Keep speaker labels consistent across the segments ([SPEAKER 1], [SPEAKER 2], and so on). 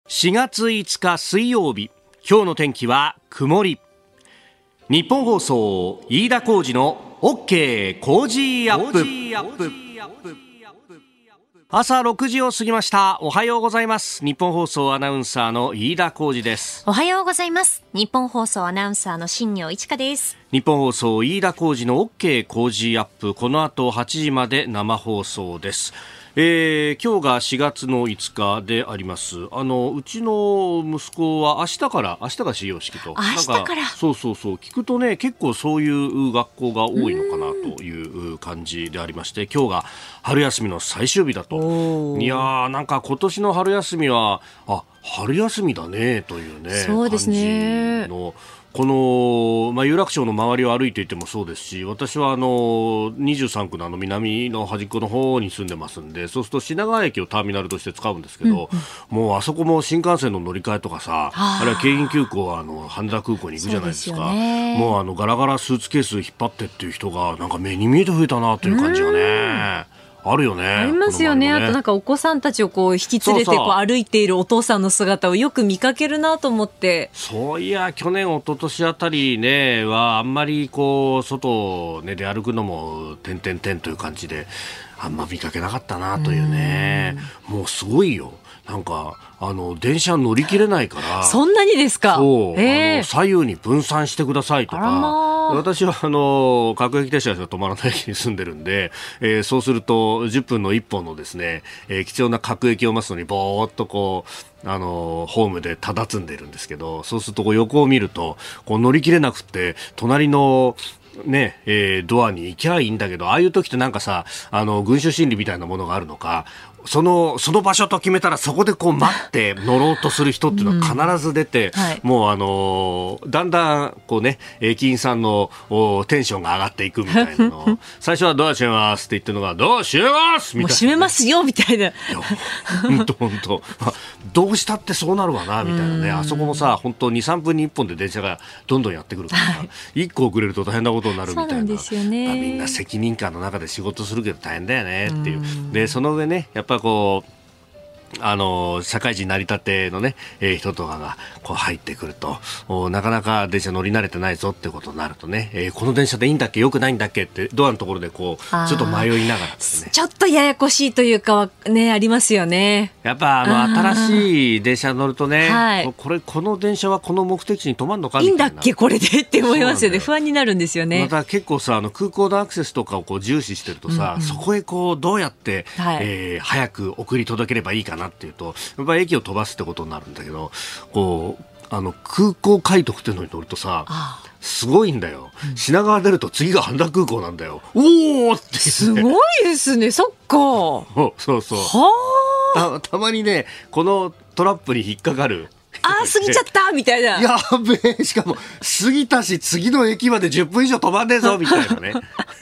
[SPEAKER 1] 4月5日水曜日、今日の天気は曇り。日本放送飯田浩司の OK コージーアップ。朝6時を過ぎました。おはようございます。日本放送アナウンサーの飯田浩司です。
[SPEAKER 2] おはようございます。日本放送アナウンサーの新業一華です。
[SPEAKER 1] 日本放送飯田浩司の OK コージーアップ、この後8時まで生放送です。今日が4月の5日であります。うちの息子は明日が始業式と。
[SPEAKER 2] 明日から。
[SPEAKER 1] そう聞くとね、結構そういう学校が多いのかなという感じでありまして、今日が春休みの最終日だと。いやー、なんか今年の春休みは春休みだねというね、
[SPEAKER 2] そうですね、
[SPEAKER 1] 感じのこの、有楽町の周りを歩いていてもそうですし、私は23区の南の端っこの方に住んでますんで、そうすると品川駅をターミナルとして使うんですけど、もうあそこも新幹線の乗り換えとかさ、あるいは京浜急行は羽田空港に行くじゃないですか。もうガラガラスーツケース引っ張ってっていう人がなんか目に見えて増えたなという感じがね、あるよね。
[SPEAKER 2] ありますよね。あとなんかお子さんたちをこう引き連れて歩いているお父さんの姿をよく見かけるなと思って。
[SPEAKER 1] そういや、去年一昨年あたりねはあんまりこう外ね出歩くのも点々点という感じであんま見かけなかったなというね。もうすごいよ。なんか電車乗り切れないから
[SPEAKER 2] そんなにですか。
[SPEAKER 1] そう、左右に分散してくださいとか。私は各駅停車が止まらない駅に住んでるんで、そうすると10分の1本のですね、貴重な各駅を待つのにぼーっとこうホームで佇んでるんですけど、そうするとこう横を見るとこう乗り切れなくって隣のねドアに行きゃいいんだけど、ああいう時ってなんかさ群衆心理みたいなものがあるのか、その場所と決めたらそこでこう待って乗ろうとする人っていうのは必ず出て、もうだんだんこうね駅員さんのテンションが上がっていくみたいなの最初はドア閉めますって言ってるのがドア閉めますみたいな、
[SPEAKER 2] もう閉めますよみたいな。
[SPEAKER 1] 本当どうしたってそうなるわなみたいなね。あそこもさ本当 2,3 分に1本で電車がどんどんやってくるから、1個遅れると大変なことになるみたいな。
[SPEAKER 2] そうなんですよね。
[SPEAKER 1] みんな責任感の中で仕事するけど大変だよねっていう。でその上ねやっぱりこう社会人成り立てのね、人とかがこう入ってくるとなかなか電車乗り慣れてないぞってことになるとね、この電車でいいんだっけ良くないんだっけってドアのところでこうちょっと迷いながらですね、
[SPEAKER 2] ちょっとややこしいというかはねありますよね。や
[SPEAKER 1] っぱ新しい電車に乗るとね、この電車はこの目的地に止まるのかみたいな、
[SPEAKER 2] いいんだっけこれでって思いますよね。不安になるんですよね。
[SPEAKER 1] また結構さ空港のアクセスとかをこう重視してるとさ、そこへこうどうやって、早く送り届ければいいかなっていうとやっぱり駅を飛ばすってことになるんだけど、こう空港快特っていうのに乗るとさすごいんだよ。品川出ると次が羽田空港なんだよ。おーって、
[SPEAKER 2] すごいですね。そっか。
[SPEAKER 1] そうはたまにねこのトラップに引っかかる。
[SPEAKER 2] 過ぎちゃったみたいな。
[SPEAKER 1] やべえ、しかも過ぎたし次の駅まで10分以上飛ばんねえぞみたいなね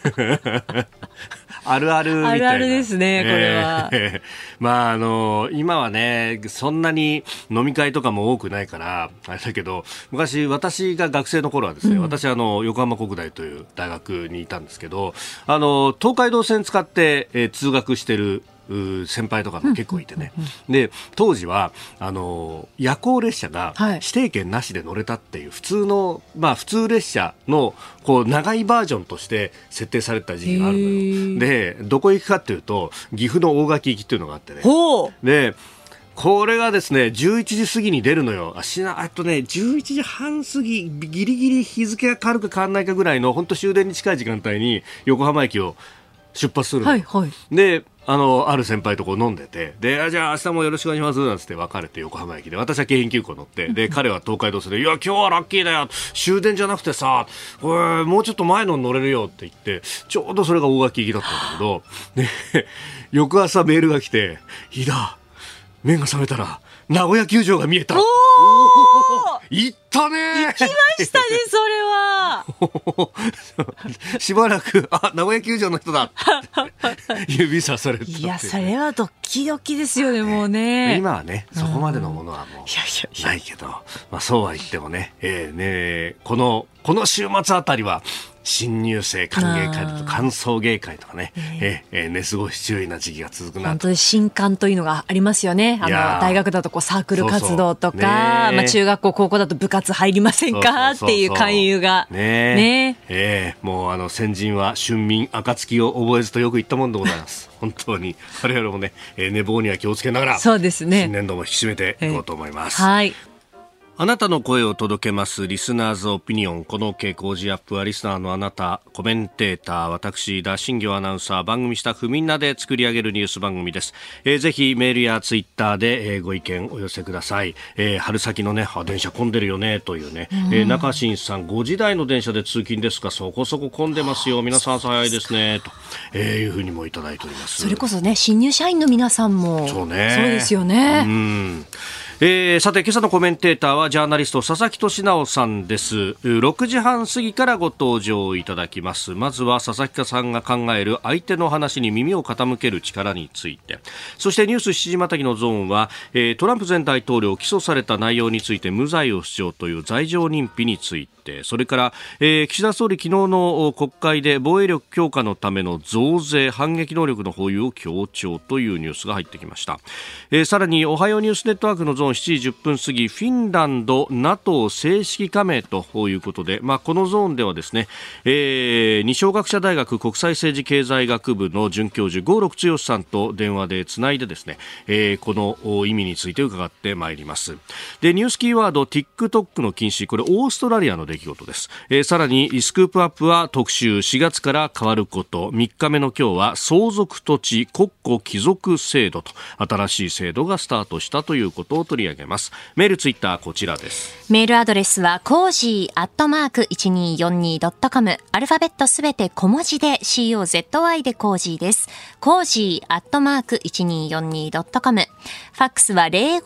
[SPEAKER 1] あるあるみたいな。
[SPEAKER 2] あるあるですねこれは。
[SPEAKER 1] 今はねそんなに飲み会とかも多くないからあれだけど、昔私が学生の頃はですね、私横浜国大という大学にいたんですけど、東海道線使って、通学してる先輩とかも結構いてね、で当時は夜行列車が指定券なしで乗れたっていう普通の、普通列車のこう長いバージョンとして設定された時期があるのよ。でどこ行くかっていうと岐阜の大垣行きっていうのがあってね、でこれがですね11時過ぎに出るのよ。11時半過ぎギリギリ日付が変わるか変わらないかぐらいの本当終電に近い時間帯に横浜駅を出発するの、である先輩とこう飲んでて、でじゃあ明日もよろしくお願いしますなんつって別れて横浜駅で、私は京浜急行乗って、で彼は東海道線で、いや今日はラッキーだよ終電じゃなくてさもうちょっと前の乗れるよって言って、ちょうどそれが大垣行きだったんだけど、で翌朝メールが来て、いいだ目が覚めたら名古屋球場が見えた。行ったね。
[SPEAKER 2] 行きましたねそれは。
[SPEAKER 1] しばらく名古屋球場の人だ指さされたっていう。
[SPEAKER 2] いやそれはドキドキですよね。もうね
[SPEAKER 1] 今はねそこまでのものはもうないけど、そうは言ってもね、このこの週末あたりは新入生歓迎会と歓送迎会とかね、寝過ごし注意な時期が続くな。
[SPEAKER 2] 本当に新歓というのがありますよね。大学だとこうサークル活動とか、中学校高校だと部活入りませんかっていう勧誘が
[SPEAKER 1] もう先人は春眠暁を覚えずとよく言ったもんでございます本当に我々もね、寝坊には気をつけながら、そうですね、新年度も引き締めていこうと思います。はい。あなたの声を届けますリスナーズオピニオン。この傾向時アップはリスナーのあなた、コメンテーター、私田新行アナウンサー、番組スタッフみんなで作り上げるニュース番組です。ぜひメールやツイッターで、ご意見お寄せください。春先のね、電車混んでるよねというね、中新さん5時台の電車で通勤ですが、そこそこ混んでますよ、皆さん朝早いですねと、いうふうにもいただいております。
[SPEAKER 2] それこそね、新入社員の皆さんもそうですよね。
[SPEAKER 1] さて今朝のコメンテーターはジャーナリスト佐々木俊直さんです。6時半過ぎからご登場いただきます。まずは佐々木さんが考える相手の話に耳を傾ける力について、そしてニュース7時またぎのゾーンは、トランプ前大統領起訴された内容について無罪を主張という罪状認否について、それから、岸田総理昨日の国会で防衛力強化のための増税、反撃能力の保有を強調というニュースが入ってきました。さらにおはようニュースネットワークのゾーン7時10分過ぎ、フィンランド NATO 正式加盟ということで、このゾーンではですね、二松学舎大学国際政治経済学部の准教授郷六剛さんと電話でつないでですね、この意味について伺ってまいります。で、ニュースキーワード TikTok の禁止、これオーストラリアの出来事です。さらにスクープアップは特集4月から変わること、3日目の今日は相続土地国庫帰属制度と新しい制度がスタートしたということを取り上げます。メールツイッターこちらです。
[SPEAKER 2] メールアドレスはcozy@1242.com、 アルファベットすべて小文字で COZY でコージーです。cozy@1242.com、 ファックスは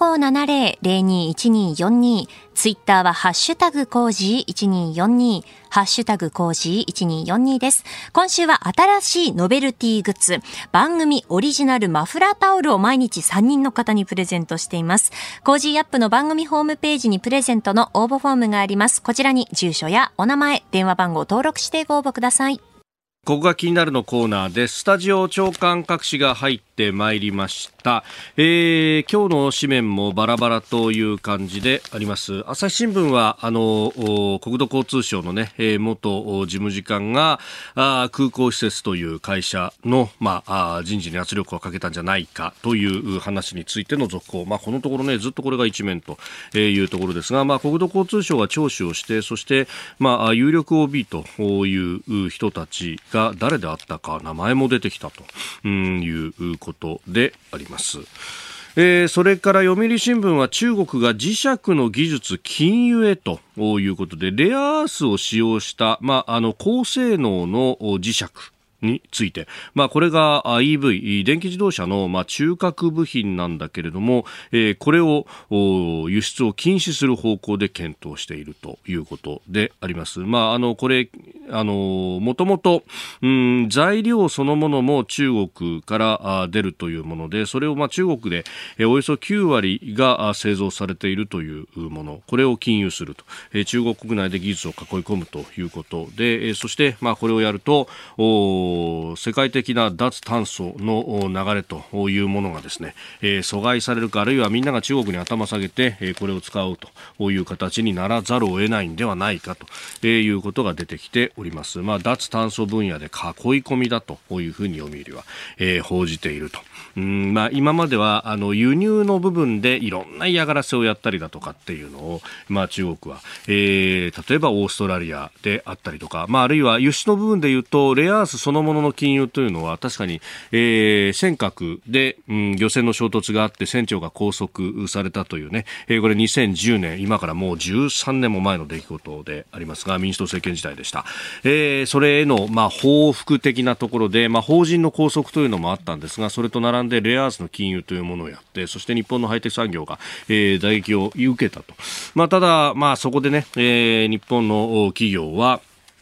[SPEAKER 2] 0570-021242、ツイッターはハッシュタグコージー1242、ハッシュタグコージー1242です。今週は新しいノベルティグッズ、番組オリジナルマフラータオルを毎日3人の方にプレゼントしています。コージーアップの番組ホームページにプレゼントの応募フォームがあります。こちらに住所やお名前、電話番号を登録してご応募ください。
[SPEAKER 1] ここが気になるのコーナーです。スタジオ長官各紙が入ってまいりました。今日の紙面もバラバラという感じであります。朝日新聞は国土交通省のね、元事務次官が空港施設という会社の、人事に圧力をかけたんじゃないかという話についての続報。このところね、ずっとこれが一面というところですが、国土交通省が聴取をして、そして有力 OB という人たちが誰であったか名前も出てきたということであります。それから読売新聞は中国が磁石の技術禁輸へということで、レアアースを使用した、高性能の磁石について、これが EV 電気自動車の中核部品なんだけれども、これを輸出を禁止する方向で検討しているということであります。これもともと材料そのものも中国から出るというもので、それを中国でおよそ9割が製造されているというもの、これを禁輸すると、中国国内で技術を囲い込むということで、そしてこれをやると世界的な脱炭素の流れというものがですね、阻害されるか、あるいはみんなが中国に頭下げてこれを使おうという形にならざるを得ないんではないかということが出てきております。脱炭素分野で囲い込みだというふうに読売は報じていると。今までは輸入の部分でいろんな嫌がらせをやったりだとかっていうのを、中国は、例えばオーストラリアであったりとか、あるいは輸出の部分でいうとレアアースそのものの禁輸というのは確かに、尖閣で、漁船の衝突があって船長が拘束されたというね、これ2010年、今からもう13年も前の出来事でありますが、民主党政権時代でした。それへの、報復的なところで、法人の拘束というのもあったんですが、それと並んでレアアースの禁輸というものをやって、そして日本のハイテク産業が、打撃を受けたと。ただ、そこでね、日本の企業は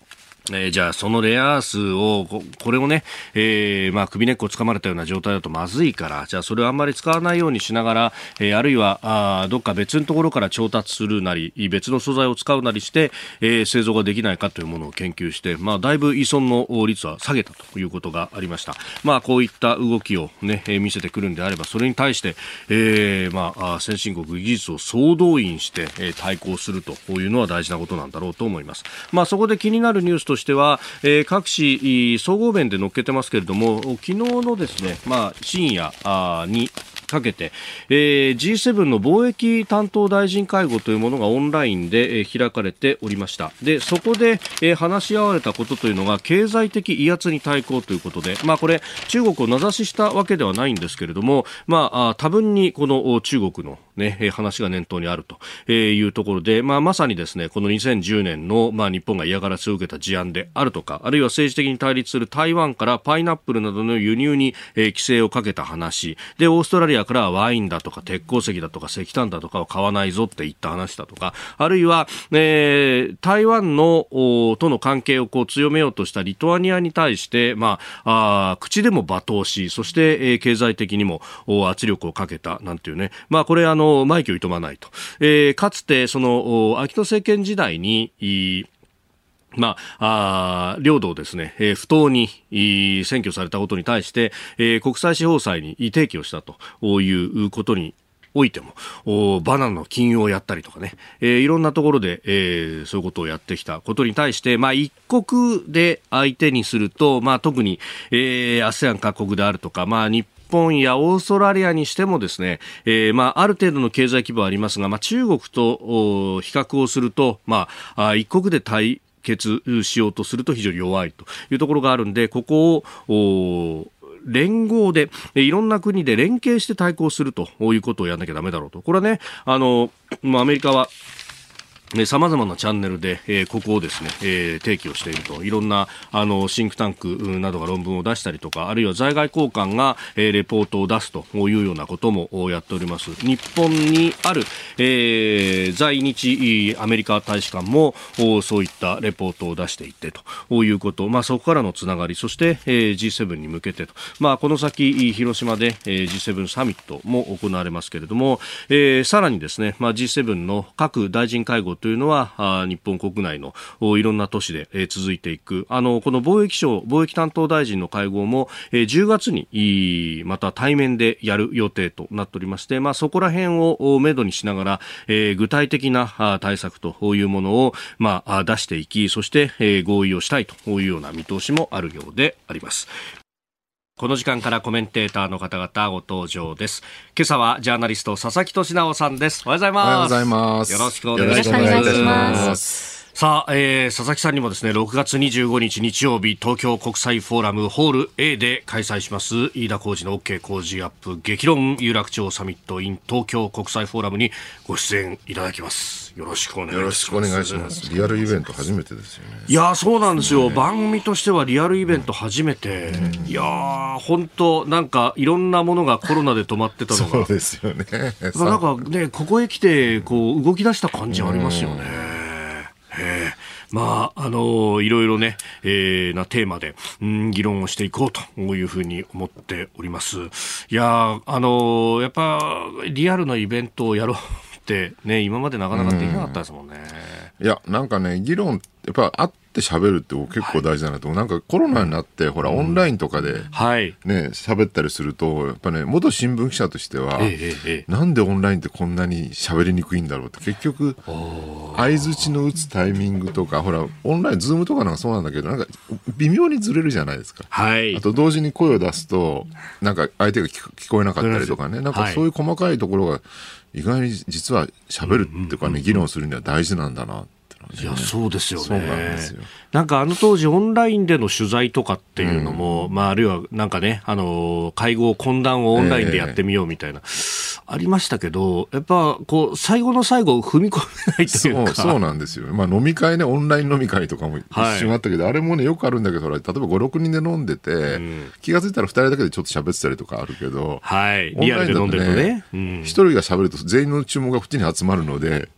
[SPEAKER 1] じゃあそのレアアースをこれをね、首根っこをつかまれたような状態だとまずいから、じゃあそれをあんまり使わないようにしながら、あるいはどっか別のところから調達するなり別の素材を使うなりして、製造ができないかというものを研究して、だいぶ依存の率は下げたということがありました。こういった動きを、ね、見せてくるんであれば、それに対して、先進国技術を総動員して、対抗するというのは大事なことなんだろうと思います。そこで気になるニュースとしては、各紙総合面で載っけてますけれども、昨日のですね、深夜にかけて、G7 の貿易担当大臣会合というものがオンラインで、開かれておりました。で、そこで、話し合われたことというのが経済的威圧に対抗ということで、これ中国を名指ししたわけではないんですけれども、多分にこの中国のね、話が念頭にあるというところで、まさにですね、この2010年の、日本が嫌がらせを受けた事案であるとか、あるいは政治的に対立する台湾からパイナップルなどの輸入に、規制をかけた話で、オーストラリアからワインだとか鉄鉱石だとか石炭だとかを買わないぞって言った話だとか、あるいは、台湾のとの関係を強めようとしたリトアニアに対して、口でも罵倒し、そして、経済的にも圧力をかけたなんていうね、これ枚挙いとまないと、かつてその秋野政権時代に領土をですね、不当に占拠されたことに対して、国際司法裁に提起をしたということにおいても、バナナの禁輸をやったりとかね、いろんなところで、そういうことをやってきたことに対して、一国で相手にすると、特に、ASEAN 各国であるとか、日本やオーストラリアにしてもですね、ある程度の経済規模はありますが、中国と比較をすると、一国で対決しようとすると非常に弱いというところがあるんで、ここを連合でいろんな国で連携して対抗するということをやらなきゃダメだろうと。これはね、アメリカは様々なチャンネルで、ここをですね、提起をしていると。いろんなシンクタンクなどが論文を出したりとか、あるいは在外公館が、レポートを出すというようなこともやっております。日本にある、在日アメリカ大使館もそういったレポートを出していってということ、そこからのつながり、そして、G7 に向けてと、この先広島で、G7 サミットも行われますけれども、さらにですね、G7 の各大臣会合というのは日本国内のいろんな都市で、続いていく。この貿易担当大臣の会合も、10月にまた対面でやる予定となっておりまして、そこら辺をめどにしながら、具体的な対策というものを、出していき、そして、合意をしたいというような見通しもあるようであります。この時間からコメンテーターの方々ご登場です。今朝はジャーナリスト佐々木俊直さんです。おはようございます。
[SPEAKER 3] おはようございます。
[SPEAKER 1] よろしくお願いします。さあ、佐々木さんにもですね、6月25日日曜日、東京国際フォーラムホール A で開催します飯田浩司の OK 工事アップ激論有楽町サミット in 東京国際フォーラムにご出演いただきます。よろしくお願いします。
[SPEAKER 3] よろしくお願いします。リアルイベント初めてですよね。
[SPEAKER 1] いや、そうなんですよ。番組としてはリアルイベント初めて。いやー、本当なんかいろんなものがコロナで止まってたのが。
[SPEAKER 3] そうですよね。
[SPEAKER 1] なんかね、ここへ来て動き出した感じありますよね。いろいろね、なテーマで、議論をしていこうというふうに思っております。いややっぱリアルなイベントをやろうってね、今までなかなかできなかったですもんね。
[SPEAKER 3] いや、なんかね、議論やっぱ会って喋るって結構大事だなと思う。なんかコロナになって、ほらオンラインとかでね、喋ったりすると、やっぱね、元新聞記者としては、なんでオンラインってこんなに喋りにくいんだろうって、結局相槌の打つタイミングとか、ほらオンラインズームとかなんかそうなんだけど、なんか微妙にずれるじゃないですか。あと同時に声を出すとなんか相手が聞こえなかったりとかね、なんかそういう細かいところが意外に実は喋るっていうかね、議論するには大事なんだな。
[SPEAKER 1] いや、そうですよね。
[SPEAKER 3] そうなんですよ。
[SPEAKER 1] なんか当時オンラインでの取材とかっていうのも、あるいはなんかね、会合懇談をオンラインでやってみようみたいな、ありましたけど、やっぱ最後の最後踏み込めないというか。
[SPEAKER 3] そうなんですよ。飲み会ね、オンライン飲み会とかも一瞬あったけど、あれもねよくあるんだけど、例えば5、6人で飲んでて、気がついたら2人だけでちょっと喋ってたりとかあるけど、
[SPEAKER 1] リアルで飲んでるとね、
[SPEAKER 3] 1人が喋ると全員の注文がこっちに集まるので、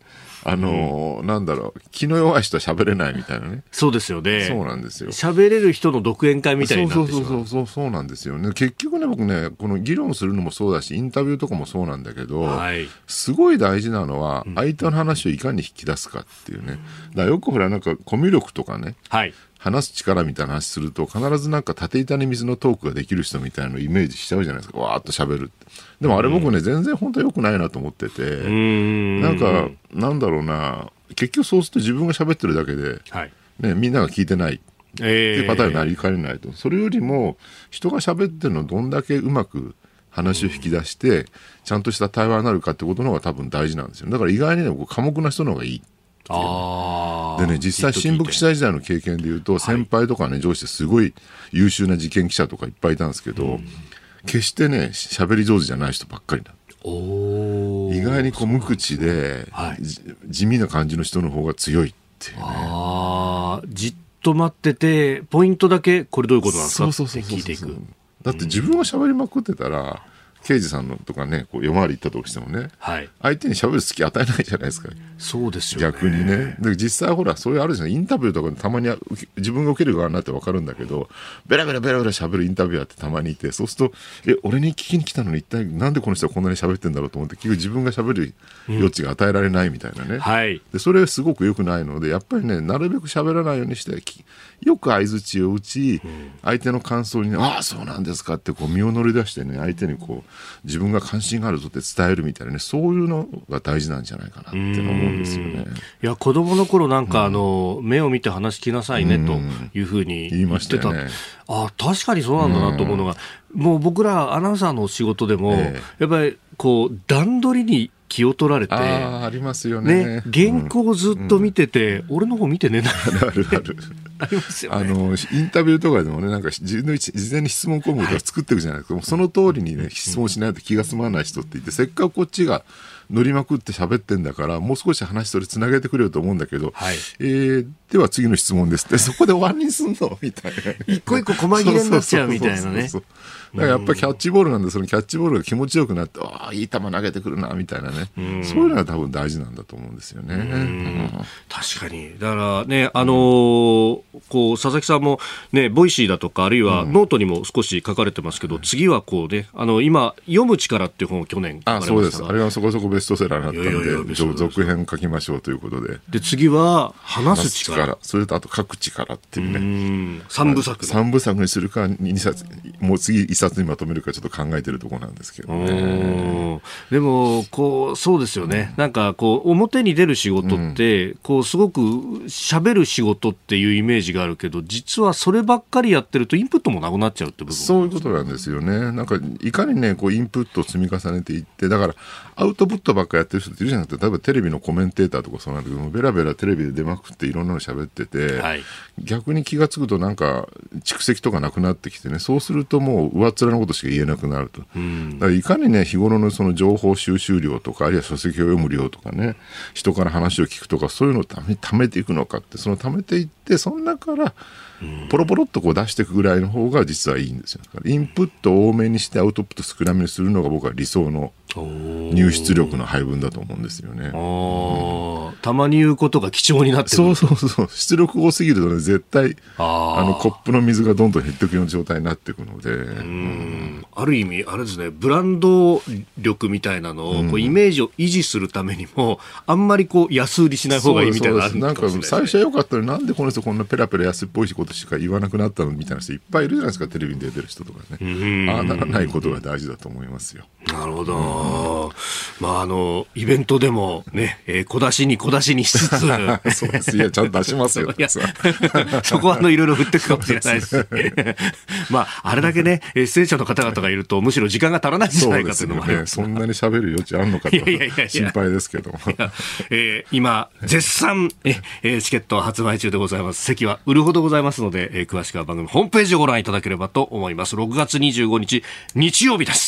[SPEAKER 3] なんだろう、気の弱い人は喋れないみたいなね。
[SPEAKER 1] そうですよね。
[SPEAKER 3] そうなんですよ。
[SPEAKER 1] 喋れる人の独演会みたいになってしまう。
[SPEAKER 3] そうなんですよね。結局ね、僕ね、この議論するのもそうだし、インタビューとかもそうなんだけど、すごい大事なのは、相手の話をいかに引き出すかっていうね。だからよくほら、なんかコミュ力とかね、話す力みたいな話すると、必ずなんか縦板に水のトークができる人みたいなのをイメージしちゃうじゃないですか。わーっと喋るって。でもあれ僕ね、全然本当は良くないなと思ってて、なんか、なんだろうな、結局そうすると自分が喋ってるだけで、ね、みんなが聞いてないっていうパターンになりかねないと。それよりも、人が喋ってるのをどんだけうまく話を引き出して、ちゃんとした対話になるかってことの方が多分大事なんですよ。だから意外にね、僕、寡黙な人の方がいい。でね、実際新聞記者時代の経験でいうと、先輩とかね、上司ですごい優秀な事件記者とかいっぱいいたんですけど、決してね、喋り上手じゃない人ばっかりなの。意外にこう無口で、地味な感じの人の方が強いっていうね。
[SPEAKER 1] じっと待ってて、ポイントだけこれどういうことなんですかって聞いていく。
[SPEAKER 3] だって自分が喋りまくってたら、刑事さんのとかね、こう夜回り行ったとしてもね、相手に喋る隙与えないじゃないですか。
[SPEAKER 1] そうですよね。
[SPEAKER 3] 逆にね。で実際ほら、そういうあるじゃない、インタビューとかでたまに自分が受ける側になって分かるんだけど、ベラベラ喋るインタビュアーってたまにいて、そうすると、俺に聞きに来たのに一体なんでこの人はこんなに喋ってんだろうと思って、結局自分が喋る余地が与えられないみたいなね。でそれはすごく良くないので、やっぱりね、なるべく喋らないようにして、よく相槌を打ち、相手の感想にね、ああ、そうなんですかってこう身を乗り出してね、相手にこう、自分が関心があるぞって伝えるみたいなね、そういうのが大事なんじゃないかなって思うんですよね。
[SPEAKER 1] いや、子供の頃なんか目を見て話聞きなさいねというふうに言ってた。確かにそうなんだなと思うのが、もう僕らアナウンサーの仕事でも、やっぱりこう段取りに気を取られて、
[SPEAKER 3] ありますよね。
[SPEAKER 1] 原稿をずっと見てて、俺の方見てねえな。
[SPEAKER 3] ありますよね。インタビューとかでもね、なんか事前に質問項目とか作っていくじゃないですか。もうその通りにね、質問しないと気が済まない人っていて、せっかくこっちが乗りまくって喋ってんだから、もう少し話それつなげてくれよと思うんだけど、では次の質問ですって、そこで終わりにすんのみたいな。
[SPEAKER 1] 一個一個細切れになっちゃうみたいなね。
[SPEAKER 3] だからやっぱりキャッチボールなんで、そのキャッチボールが気持ちよくなって、いい球投げてくるなみたいなね、そういうのが多分大事なんだと思うんですよね。
[SPEAKER 1] 確かに。だからね、こう佐々木さんもね、ボイシーだとかあるいはノートにも少し書かれてますけど、次はこうね、今読む力っていう本を去年書かれましたが、
[SPEAKER 3] そうです。あれがそこそこベストセラーになったので、続編書きましょうということで。
[SPEAKER 1] で次は話す力、
[SPEAKER 3] それとあと書く力っていうね、
[SPEAKER 1] 3部作。
[SPEAKER 3] 3部作にするか2冊、もう次1冊にまとめるかちょっと考えてるところなんですけどね。
[SPEAKER 1] でもそうですよね。なんかこう表に出る仕事って、こうすごく喋る仕事っていうイメージがあるけど、実はそればっかりやってるとインプットもなくなっちゃうって部分。
[SPEAKER 3] そういうことなんですよね。なんかいかにね、こうインプットを積み重ねていって、だからアウトプットばっかりやってる人っているじゃなくて、例えばテレビのコメンテーターとかそうなんだけど、ベラベラテレビで出まくっていろんなの喋ってて、逆に気がつくとなんか蓄積とかなくなってきてね、そうするともう上っ面のことしか言えなくなると。だからいかにね、日頃のその情報収集量とか、あるいは書籍を読む量とかね、人から話を聞くとか、そういうのを貯めていくのかって、その貯めていって、その中からポロポロっとこう出していくぐらいの方が実はいいんですよ。インプットを多めにしてアウトプット少なめにするのが僕は理想の入出力の配分だと思うんですよね。
[SPEAKER 1] たまに言うことが貴重になってくる。
[SPEAKER 3] そう出力多すぎるとね、絶対コップの水がどんどん減っていくような状態になっていくので、
[SPEAKER 1] ある意味あれですね、ブランド力みたいなのをこうイメージを維持するためにもあんまりこう安売りしない方がいいみたいなのあるんですかもしれないですね。
[SPEAKER 3] なんか最初は良かったのに、なんでこの人こんなペラペラ安っぽいことしか言わなくなったのみたいな人いっぱいいるじゃないですか、テレビに出てる人とかね。ああならないことが大事だと思いますよ。
[SPEAKER 1] なるほど。イベントでもね、小出しにしつつ
[SPEAKER 3] そうです。いや、ちゃんと出しますよ。
[SPEAKER 1] そこはいろいろ振っていくかもしれないですあれだけね、出演者の方々がいるとむしろ時間が足らないんじゃないかというのもあります。
[SPEAKER 3] そんなに喋る余地あるのかと心配ですけど
[SPEAKER 1] 今絶賛チケット発売中でございます。席は売るほどございますので、詳しくは番組ホームページをご覧いただければと思います。6月25日日曜日です。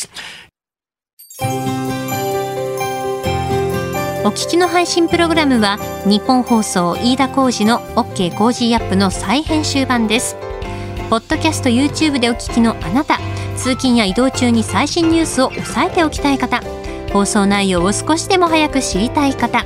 [SPEAKER 2] お聞きの配信プログラムは日本放送飯田浩司の OK コージーアップの再編集版です。ポッドキャスト YouTube でお聞きのあなた、通勤や移動中に最新ニュースを押さえておきたい方、放送内容を少しでも早く知りたい方、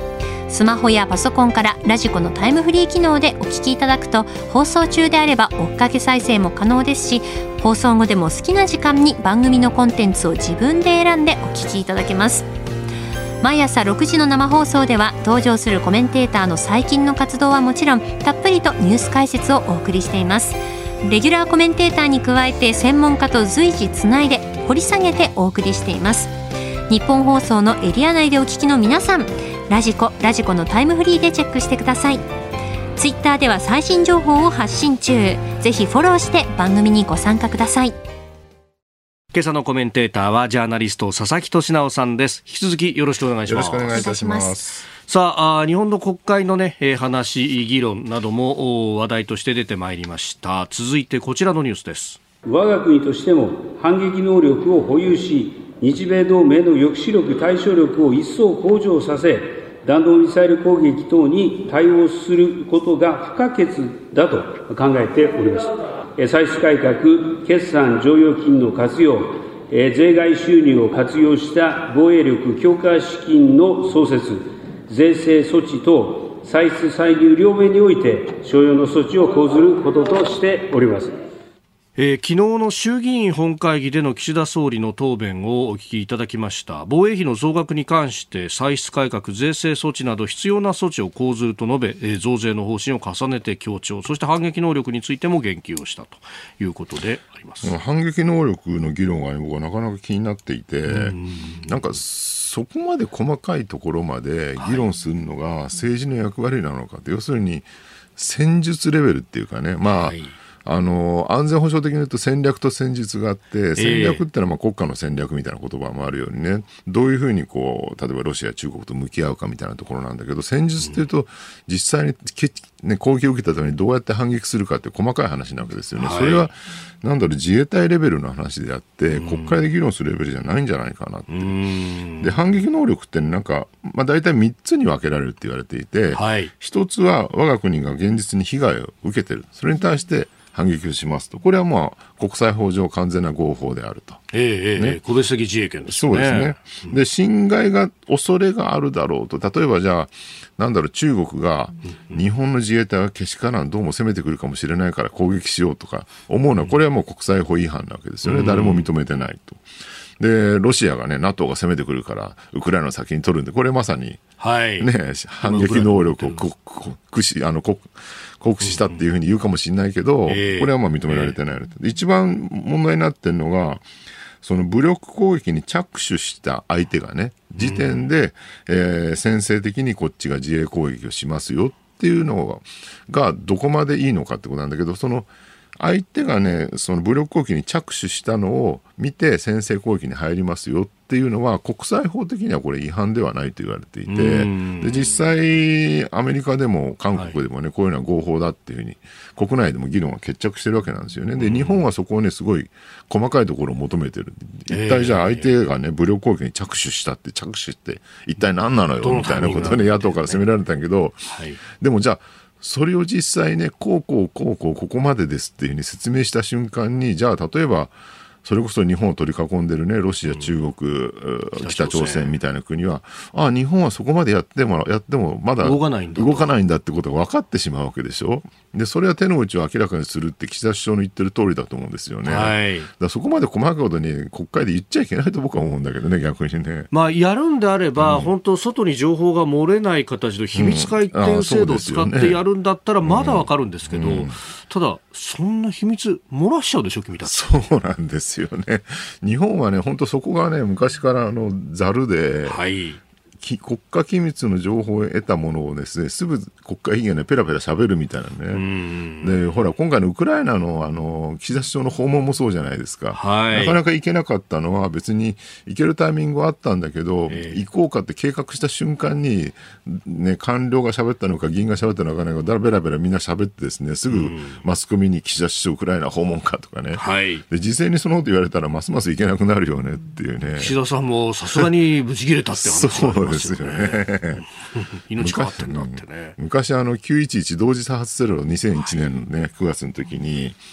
[SPEAKER 2] スマホやパソコンからラジコのタイムフリー機能でお聞きいただくと、放送中であれば追っかけ再生も可能ですし、放送後でも好きな時間に番組のコンテンツを自分で選んでお聞きいただけます。毎朝6時の生放送では登場するコメンテーターの最近の活動はもちろん、たっぷりとニュース解説をお送りしています。レギュラーコメンテーターに加えて専門家と随時つないで掘り下げてお送りしています。日本放送のエリア内でお聞きの皆さん、ラジコのタイムフリーでチェックしてください。ツイッターでは最新情報を発信中。ぜひフォローして番組にご参加ください。
[SPEAKER 1] 今朝のコメンテーターはジャーナリスト佐々木俊直さんです。引き続きよろしくお願いします。
[SPEAKER 3] よろしくお願いいたします。
[SPEAKER 1] さあ、日本の国会のね、話、議論なども話題として出てまいりました。続いてこちらのニュースです。
[SPEAKER 4] 我が国としても反撃能力を保有し、日米同盟の抑止力、対処力を一層向上させ、弾道ミサイル攻撃等に対応することが不可欠だと考えております。歳出改革、決算剰余金の活用、税外収入を活用した防衛力強化資金の創設、税制措置等、歳出歳入両面において所要の措置を講ずることとしております。
[SPEAKER 1] 昨日の衆議院本会議での岸田総理の答弁をお聞きいただきました。防衛費の増額に関して歳出改革、税制措置など必要な措置を講ずると述べ、増税の方針を重ねて強調、そして反撃能力についても言及をしたということであります。
[SPEAKER 3] 反撃能力の議論が僕はなかなか気になっていて、なんかそこまで細かいところまで議論するのが政治の役割なのかって、要するに戦術レベルっていうかね、安全保障的に言うと戦略と戦術があって、戦略ってのは国家の戦略みたいな言葉もあるようにね、どういうふうに例えばロシア、中国と向き合うかみたいなところなんだけど、戦術っていうと実際に、攻撃を受けたためにどうやって反撃するかって細かい話なわけですよね。それは自衛隊レベルの話であって、国会で議論するレベルじゃないんじゃないかなって。で、反撃能力って大体3つに分けられるって言われていて、1つは我が国が現実に被害を受けてる、それに対して反撃をしますと。これは国際法上完全な合法であると。
[SPEAKER 1] 個別的自衛権ですね。
[SPEAKER 3] そうですね。で、侵害が恐れがあるだろうと。例えばじゃあ、中国が日本の自衛隊はけしからん、どうも攻めてくるかもしれないから攻撃しようとか思うのは、これはもう国際法違反なわけですよね。誰も認めてないと。で、ロシアがね、NATO が攻めてくるからウクライナの先に取るんで、これまさに反撃能力を酷使したっていうふうに言うかもしれないけど、これは認められてない。一番問題になってるのが、その武力攻撃に着手した相手がね、時点で、先制的にこっちが自衛攻撃をしますよっていうのがどこまでいいのかってことなんだけど、その相手がね、その武力攻撃に着手したのを見て先制攻撃に入りますよっていうのは国際法的にはこれ違反ではないと言われていて、で実際アメリカでも韓国でもね、こういうのは合法だっていうふうに国内でも議論が決着してるわけなんですよね。で日本はそこをねすごい細かいところを求めてる。一体じゃあ相手がね武力攻撃に着手したって着手って一体何なのよみたいなことをね野党から責められたんだけど、でもじゃあそれを実際ねここまでですっていうふうに説明した瞬間に、じゃあ例えばそれこそ日本を取り囲んでるねロシア、中国、北朝鮮みたいな国は、日本はそこまでやってもまだ動かないんだってことが分かってしまうわけでしょ。でそれは手の内を明らかにするって岸田首相の言ってる通りだと思うんですよね。だからそこまで細かいことに国会で言っちゃいけないと僕は思うんだけどね、逆にね。
[SPEAKER 1] やるんであれば、本当外に情報が漏れない形の秘密回転制度を使ってやるんだったらまだ分かるんですけど、ただそんな秘密漏らしちゃうでしょ君たち。
[SPEAKER 3] そうなんですよね。日本はね本当そこがね昔からざるで、国家機密の情報を得たものをですねすぐ国会議員がねペラペラ喋るみたいなね。でほら今回のウクライナの岸田首相の訪問もそうじゃないですか。なかなか行けなかったのは別に行けるタイミングはあったんだけど、行こうかって計画した瞬間にね官僚が喋ったのか議員が喋ったのかねベラベラみんな喋ってですねすぐマスコミに岸田首相ウクライナ訪問かとかね、で事前にそのこと言われたらますます行けなくなるよねっていうね。
[SPEAKER 1] 岸田さんもさすがにブチ切れたって話があります
[SPEAKER 3] ですよね。
[SPEAKER 1] 命変わってんだってね。
[SPEAKER 3] 昔911同時多発テロ2001年のね9月の時に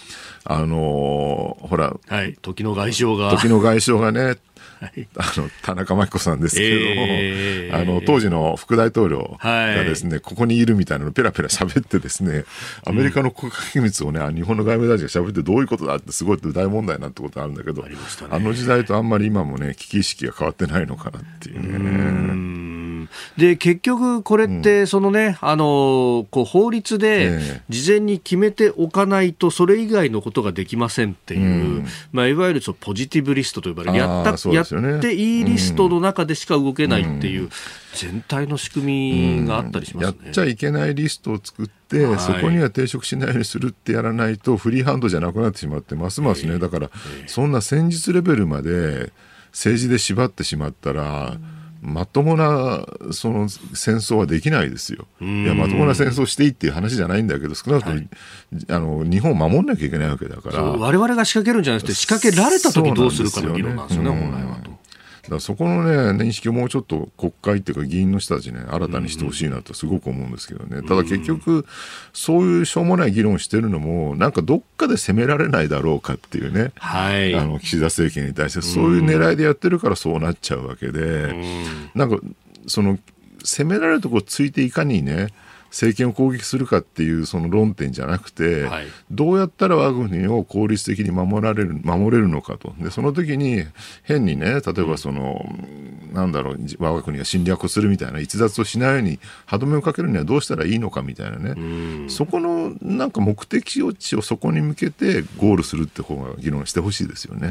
[SPEAKER 3] ほら、
[SPEAKER 1] はい、時の外相が
[SPEAKER 3] ね、田中真紀子さんですけども、当時の副大統領がですね、ここにいるみたいなのをペラペラ喋ってですね、アメリカの国家機密をね、日本の外務大臣が喋ってどういうことだってすごい大問題なんてことあるんだけど、あの時代とあんまり今もね、危機意識が変わってないのかなっていうね。
[SPEAKER 1] で結局これってそのね、こう法律で事前に決めておかないとそれ以外のことができませんっていう、まあ、いわゆるそのポジティブリストと呼ばれるやっていいリストの中でしか動けないっていう全体の仕組みがあったりしますね。
[SPEAKER 3] やっちゃいけないリストを作って、そこには抵触しないようにするってやらないとフリーハンドじゃなくなってしまってますますね。だからそんな戦術レベルまで政治で縛ってしまったらまともなその戦争はできないですよ。いやまともな戦争していいっていう話じゃないんだけど、少なくとも、日本を守んなきゃいけないわけだから、
[SPEAKER 1] 我々が仕掛けるんじゃなくて仕掛けられた時どうするかの議論なんですよね、本来はと。
[SPEAKER 3] だからそこのね、認識をもうちょっと国会っていうか議員の人たちね、新たにしてほしいなとすごく思うんですけどね。ただ結局、そういうしょうもない議論をしてるのも、なんかどっかで責められないだろうかっていうね、岸田政権に対してそういう狙いでやってるからそうなっちゃうわけで、なんかその責められるところをついていかにね、政権を攻撃するかっていうその論点じゃなくて、どうやったら我が国を効率的に守れるのかと。でその時に変にね、例えばその、なんだろう、我が国が侵略をするみたいな逸脱をしないように歯止めをかけるにはどうしたらいいのかみたいなね、そこのなんか目的地をそこに向けてゴールするって方が議論してほしいですよね。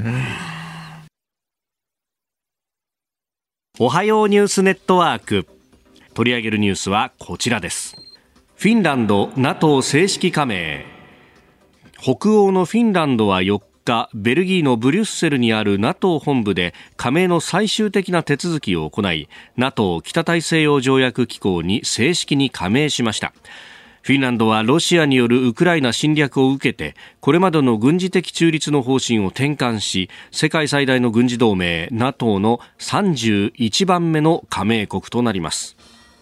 [SPEAKER 1] おはようニュースネットワーク、取り上げるニュースはこちらです。フィンランド NATO 正式加盟。北欧のフィンランドは4日、ベルギーのブリュッセルにある NATO 本部で加盟の最終的な手続きを行い、 NATO 北大西洋条約機構に正式に加盟しました。フィンランドはロシアによるウクライナ侵略を受けて、これまでの軍事的中立の方針を転換し、世界最大の軍事同盟 NATO の31番目の加盟国となります。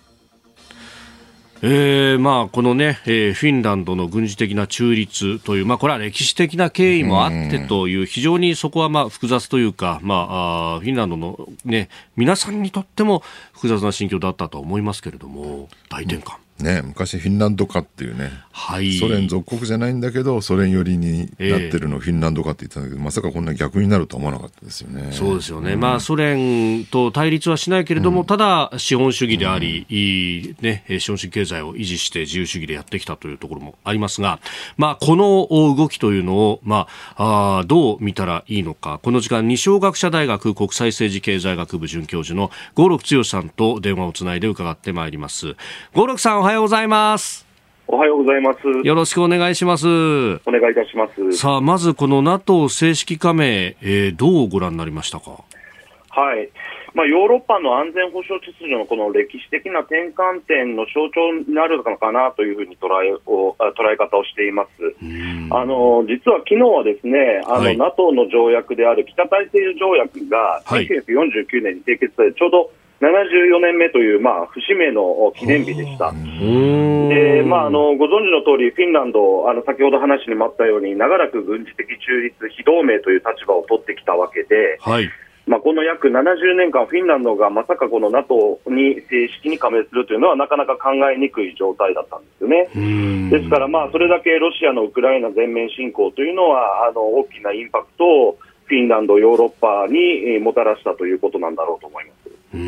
[SPEAKER 1] まあ、このね、フィンランドの軍事的な中立という、まあ、これは歴史的な経緯もあってという、非常にそこはまあ複雑というか、まあ、フィンランドの、ね、皆さんにとっても複雑な心境だったと思いますけれども、大転換。
[SPEAKER 3] ね、昔フィンランド化っていうね、ソ連属国じゃないんだけどソ連寄りになってるのをフィンランド化って言ってたんだけど、まさかこんな逆になるとは思わなかったですよね。
[SPEAKER 1] そうですよね、まあ、ソ連と対立はしないけれども、ただ資本主義であり、ね、資本主義経済を維持して自由主義でやってきたというところもありますが、まあ、この動きというのを、まあ、どう見たらいいのか、この時間二松学舎大学国際政治経済学部准教授の合六剛さんと電話をつないで伺ってまいります。合六さん、おはようございます。
[SPEAKER 5] おはようございます。
[SPEAKER 1] よろしくお願いします。お
[SPEAKER 5] 願いいたします。
[SPEAKER 1] さあ、まずこの NATO 正式加盟、どうご覧になりましたか。
[SPEAKER 5] はい、まあ、ヨーロッパの安全保障秩序のこの歴史的な転換点の象徴になるのかなというふうに捉え方をしています。実は昨日はですね、NATO の条約である北大西洋条約が1949年に締結され、ちょうど74年目という、まあ、節目の記念日でした。で、まあ、ご存知の通りフィンランド、先ほど話にもあったように長らく軍事的中立非同盟という立場を取ってきたわけで、まあ、この約70年間フィンランドがまさかこの NATO に正式に加盟するというのはなかなか考えにくい状態だったんですよね。ですから、まあ、それだけロシアのウクライナ全面侵攻というのは大きなインパクトをフィンランド、ヨーロッパにもたらしたということなんだろうと思います。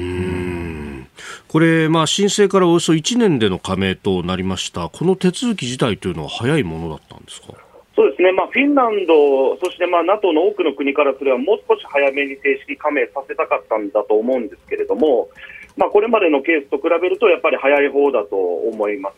[SPEAKER 1] これ、まあ、申請からおよそ1年での加盟となりました。この手続き自体というのは早いものだったんですか。
[SPEAKER 5] そうですね、まあ、フィンランド、そしてまあ NATO の多くの国からすればもう少し早めに正式加盟させたかったんだと思うんですけれども、まあ、これまでのケースと比べるとやっぱり早い方だと思います。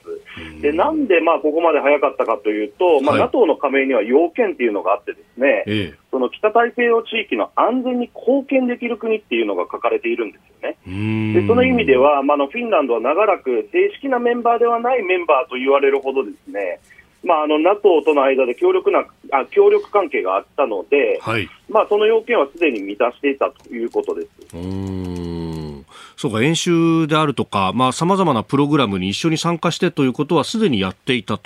[SPEAKER 5] で、なんでまあここまで早かったかというと、まあ、NATO の加盟には要件というのがあってですね、その北大西洋地域の安全に貢献できる国っていうのが書かれているんですよね。で、その意味では、まあ、フィンランドは長らく正式なメンバーではないメンバーと言われるほどですね、まあ、NATO との間で協力関係があったので、まあ、その要件はすでに満たしていたということです。
[SPEAKER 1] そうか、演習であるとか、まあ、様々なプログラムに一緒に参加してということはすでにやっていたと。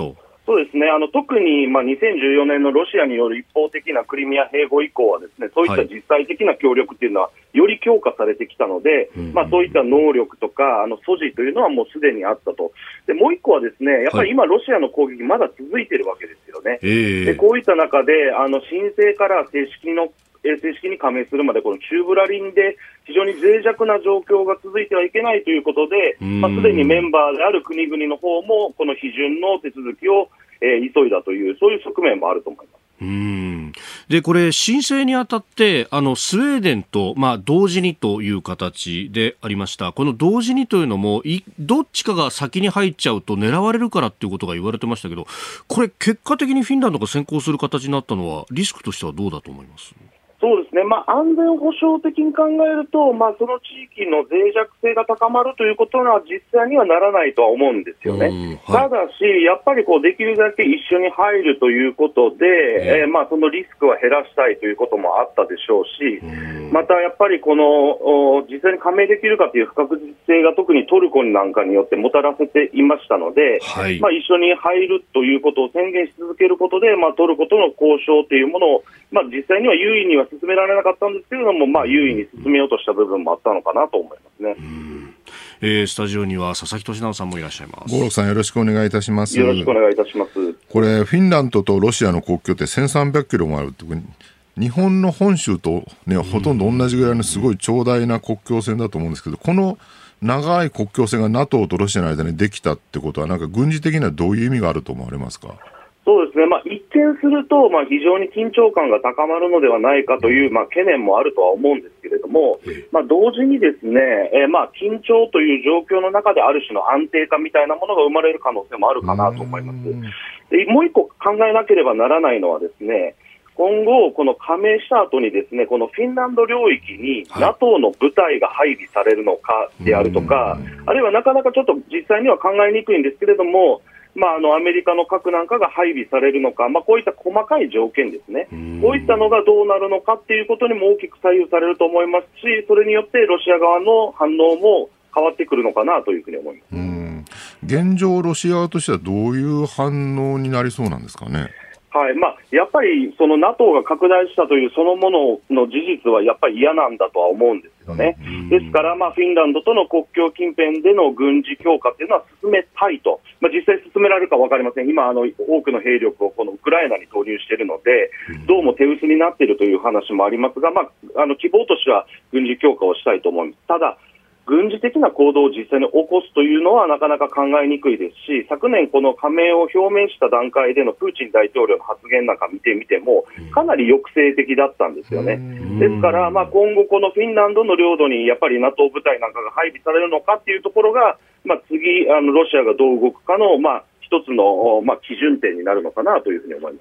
[SPEAKER 5] そうですね、特に2014年のロシアによる一方的なクリミア併合以降はですね、そういった実際的な協力というのはより強化されてきたので、そういった能力とか素地というのはもうすでにあったと。でもう一個はですね、やっぱり今ロシアの攻撃まだ続いているわけですよね。でこういった中で申請から正式に加盟するまでこの中ぶらりんで非常に脆弱な状況が続いてはいけないということで、すでにメンバーである国々の方もこの批准の手続きを、急いだというそういう側面もあると思います。
[SPEAKER 1] でこれ申請にあたってスウェーデンと、同時にという形でありました。この同時にというのもどっちかが先に入っちゃうと狙われるからということが言われてましたけど、これ結果的にフィンランドが先行する形になったのはリスクとしてはどうだと思います？
[SPEAKER 5] そうですね、安全保障的に考えると、その地域の脆弱性が高まるということは実際にはならないとは思うんですよね。ただし、やっぱりできるだけ一緒に入るということで、そのリスクは減らしたいということもあったでしょうし、またやっぱり実際に加盟できるかという不確実性が特にトルコなんかによってもたらせていましたので、一緒に入るということを宣言し続けることで、トルコとの交渉というものを、実際には優位には進められなかったんですけれども、優位に進めようとした部分もあったのかなと思いますね。
[SPEAKER 1] スタジオには佐々木俊直さんもいらっしゃいます。
[SPEAKER 3] 五郎さん、よろしくお願いいたします。
[SPEAKER 5] よろしくお願いいたします。
[SPEAKER 3] これフィンランドとロシアの国境って1300キロもあるって、日本の本州と、ほとんど同じぐらいのすごい長大な国境線だと思うんですけど、この長い国境線が NATO とロシアの間にできたってことは、なんか軍事的にはどういう意味があると思われますか？
[SPEAKER 5] そうですね、一見すると、非常に緊張感が高まるのではないかという、懸念もあるとは思うんですけれども、同時にですね、緊張という状況の中である種の安定感みたいなものが生まれる可能性もあるかなと思います。でもう一個考えなければならないのはですね、今後、この加盟した後にですね、このフィンランド領域に NATO の部隊が配備されるのかであるとか、あるいはなかなかちょっと実際には考えにくいんですけれども、アメリカの核なんかが配備されるのか、こういった細かい条件ですね、こういったのがどうなるのかっていうことにも大きく左右されると思いますし、それによってロシア側の反応も変わってくるのかなというふうに思います。
[SPEAKER 3] 現状、ロシア側としてはどういう反応になりそうなんですかね。
[SPEAKER 5] やっぱりその NATO が拡大したというそのものの事実はやっぱり嫌なんだとは思うんですよね。ですから、フィンランドとの国境近辺での軍事強化というのは進めたいと、実際進められるか分かりません。今多くの兵力をこのウクライナに投入しているので、どうも手薄になっているという話もありますが、希望としては軍事強化をしたいと思います。ただ軍事的な行動を実際に起こすというのはなかなか考えにくいですし、昨年この加盟を表明した段階でのプーチン大統領の発言なんか見てみてもかなり抑制的だったんですよね。ですから、今後このフィンランドの領土にやっぱり NATO 部隊なんかが配備されるのかっていうところが、次ロシアがどう動くかの一つの基準点になるのかなというふうに思います。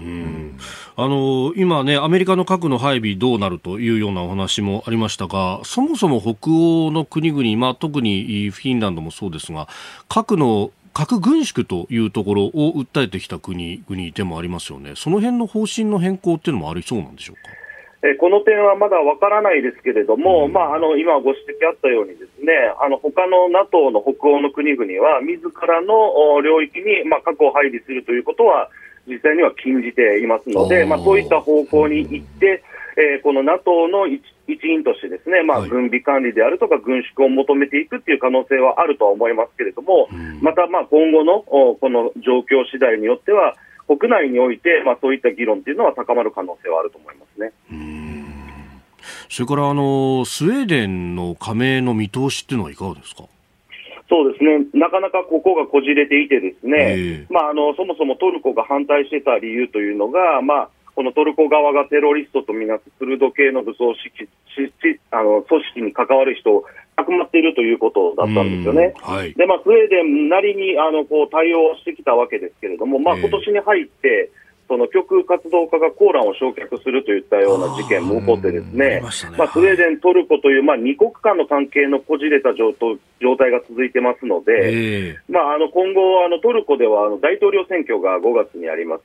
[SPEAKER 1] 今ね、アメリカの核の配備どうなるというようなお話もありましたが、そもそも北欧の国々、特にフィンランドもそうですが、核軍縮というところを訴えてきた国々でもありますよね。その辺の方針の変更っていうのもありそうなんでしょうか。
[SPEAKER 5] この点はまだわからないですけれども、今ご指摘あったようにですね、他の NATO の北欧の国々は自らの領域に核を配備するということは実際には禁じていますので、そういった方向に行って、この NATO の一員としてですね、軍備管理であるとか軍縮を求めていくという可能性はあるとは思いますけれども、また今後のこの状況次第によっては国内においてそういった議論というのは高まる可能性はあると思いますね。
[SPEAKER 1] それからスウェーデンの加盟の見通しっていうのはいかがですか。
[SPEAKER 5] そうですね、なかなかここがこじれていてですね、そもそもトルコが反対してた理由というのが、このトルコ側がテロリストとみなすクルド系の武装組織に関わる人をかくまっているということだったんですよね。でスウェーデンなりに対応してきたわけですけれども、今年に入ってその極右活動家がコーランを焼却するといったような事件も起こってですね、スウェーデン、トルコという二国間の関係のこじれた状態が続いてますので、今後トルコでは大統領選挙が5月にあります。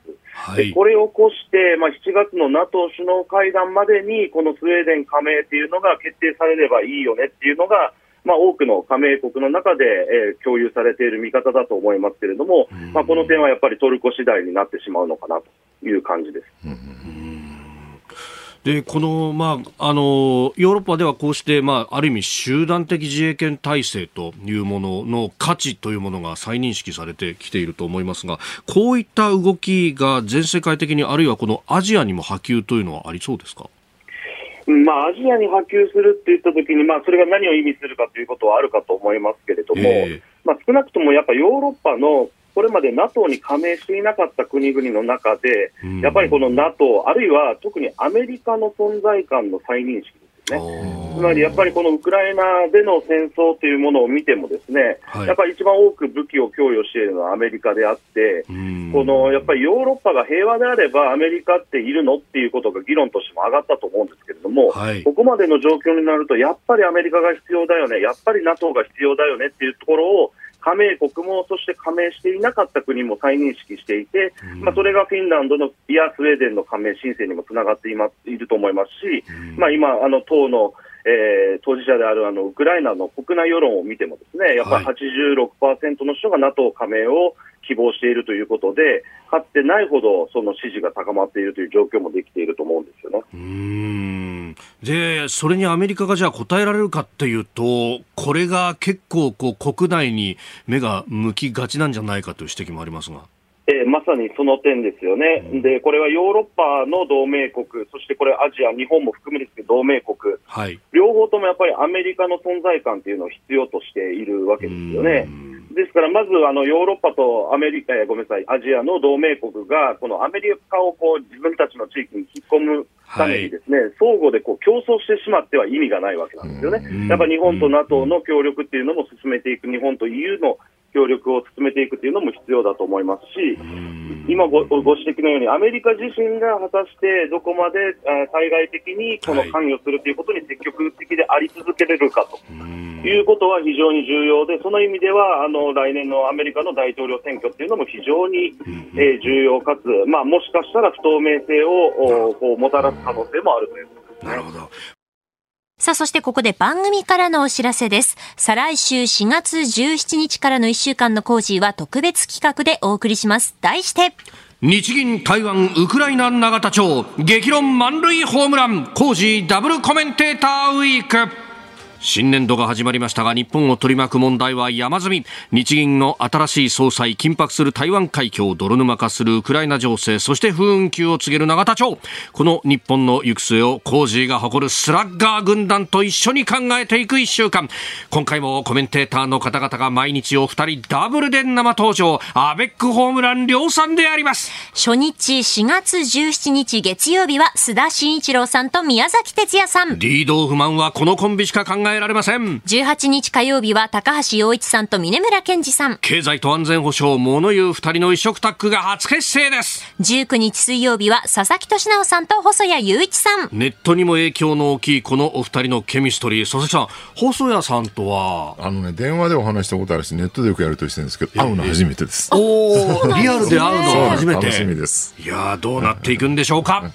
[SPEAKER 5] でこれを起こして、7月の NATO 首脳会談までにこのスウェーデン加盟というのが決定されればいいよねっていうのが多くの加盟国の中で、共有されている見方だと思いますけれども、この点はやっぱりトルコ次第になってしまうのかなという感じです。
[SPEAKER 1] でこの、ヨーロッパではこうして、ある意味集団的自衛権体制というものの価値というものが再認識されてきていると思いますが、こういった動きが全世界的に、あるいはこのアジアにも波及というのはありそうですか？
[SPEAKER 5] アジアに波及するっていったときに、それが何を意味するかということはあるかと思いますけれども、少なくともやっぱヨーロッパのこれまで NATO に加盟していなかった国々の中で、やっぱりこの NATO、あるいは特にアメリカの存在感の再認識ですね。つまりやっぱりこのウクライナでの戦争というものを見てもですね、やっぱり一番多く武器を供与しているのはアメリカであって、このやっぱりヨーロッパが平和であればアメリカっているのっていうことが議論としても上がったと思うんですけれども、ここまでの状況になるとやっぱりアメリカが必要だよね、やっぱり NATO が必要だよねっていうところを加盟国もそして加盟していなかった国も再認識していて、それがフィンランドのいやスウェーデンの加盟申請にもつながっていると思いますし、今党の当事者であるウクライナの国内世論を見てもですね、やっぱり 86% の人が NATO 加盟を希望しているということで、かつてないほどその支持が高まっているという状況もできていると思うんですよね。
[SPEAKER 1] でそれにアメリカがじゃあ応えられるかっていうと、これが結構国内に目が向きがちなんじゃないかという指摘もありますが。
[SPEAKER 5] まさにその点ですよね。でこれはヨーロッパの同盟国、そしてこれアジア、日本も含めですけど同盟国、両方ともやっぱりアメリカの存在感というのを必要としているわけですよね。ですからまずヨーロッパとアジアの同盟国がこのアメリカを自分たちの地域に引っ込むためにですね、相互で競争してしまっては意味がないわけなんですよね。やっぱり日本と NATO の協力っていうのも進めていく、日本と EU の協力を進めていくというのも必要だと思いますし、今ご指摘のようにアメリカ自身が果たしてどこまで対外的にこの関与するということに積極的であり続けれるかということは非常に重要で、その意味では来年のアメリカの大統領選挙というのも非常に重要かつ、もしかしたら不透明性をもたらす可能性もあるということですね。
[SPEAKER 1] なるほど。
[SPEAKER 2] さあ、そしてここで番組からのお知らせです。再来週4月17日からの1週間のコージーは特別企画でお送りします。題して、
[SPEAKER 1] 日銀台湾ウクライナ永田町激論満塁ホームランコージーダブルコメンテーターウィーク。新年度が始まりましたが、日本を取り巻く問題は山積み。日銀の新しい総裁、緊迫する台湾海峡、泥沼化するウクライナ情勢、そして不運休を告げる永田町。この日本の行く末をコージーが誇るスラッガー軍団と一緒に考えていく1週間。今回もコメンテーターの方々が毎日お二人ダブルで生登場。アベックホームラン量産であります。
[SPEAKER 2] 初日4月17日月曜日は須田慎一郎さんと宮崎哲也さん。
[SPEAKER 1] リードオフマンはこのコンビしか考えられません。
[SPEAKER 2] 18日火曜日は高橋洋一さんと峰村健二さん。
[SPEAKER 1] 経済と安全保障、物言う二人の異色タッグが初結成です。
[SPEAKER 2] 19日水曜日は佐々木俊直さんと細谷雄一さん。
[SPEAKER 1] ネットにも影響の大きいこのお二人のケミストリー。佐々木さん、細谷さんとは
[SPEAKER 3] 電話でお話したことあるし、ネットでよくやるとしてるんですけど、会うの初めてです。
[SPEAKER 1] リアルで会うの初めて。
[SPEAKER 3] 楽しみです。
[SPEAKER 1] いや、どうなっていくんでしょうか。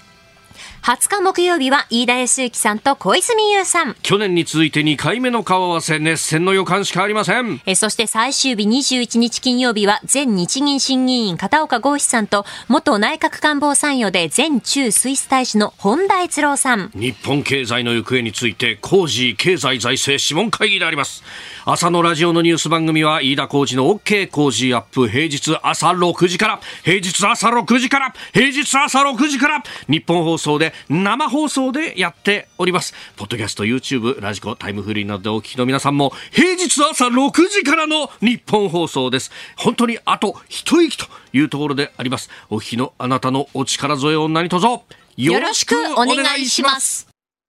[SPEAKER 2] 20日木曜日は飯田康之さんと小泉優さん。
[SPEAKER 1] 去年に続いて2回目の顔合わせ、熱戦の予感しかありません。
[SPEAKER 2] そして最終日21日金曜日は前日銀審議員片岡剛志さんと元内閣官房参与で前駐スイス大使の本田悦郎さん。
[SPEAKER 1] 日本経済の行方についてコージー経済財政諮問会議であります。朝のラジオのニュース番組は飯田浩司の OK コージーアップ、平日朝6時から、平日朝6時から、平日朝6時から、日本放送で生放送でやっております。ポッドキャスト、YouTube、ラジコ、タイムフリーなどでお聞きの皆さんも平日朝6時からの日本放送です。本当にあと一息というところであります。お聞きのあなたのお力添えを何卒よろしくお願いします。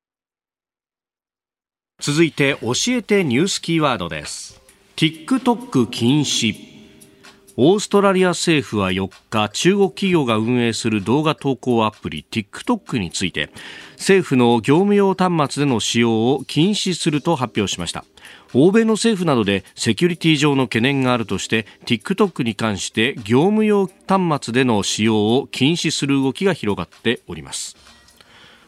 [SPEAKER 1] 続いて教えてニュースキーワードです。 TikTok 禁止。オーストラリア政府は4日、中国企業が運営する動画投稿アプリ TikTok について、政府の業務用端末での使用を禁止すると発表しました。欧米の政府などでセキュリティ上の懸念があるとして、 TikTok に関して業務用端末での使用を禁止する動きが広がっております。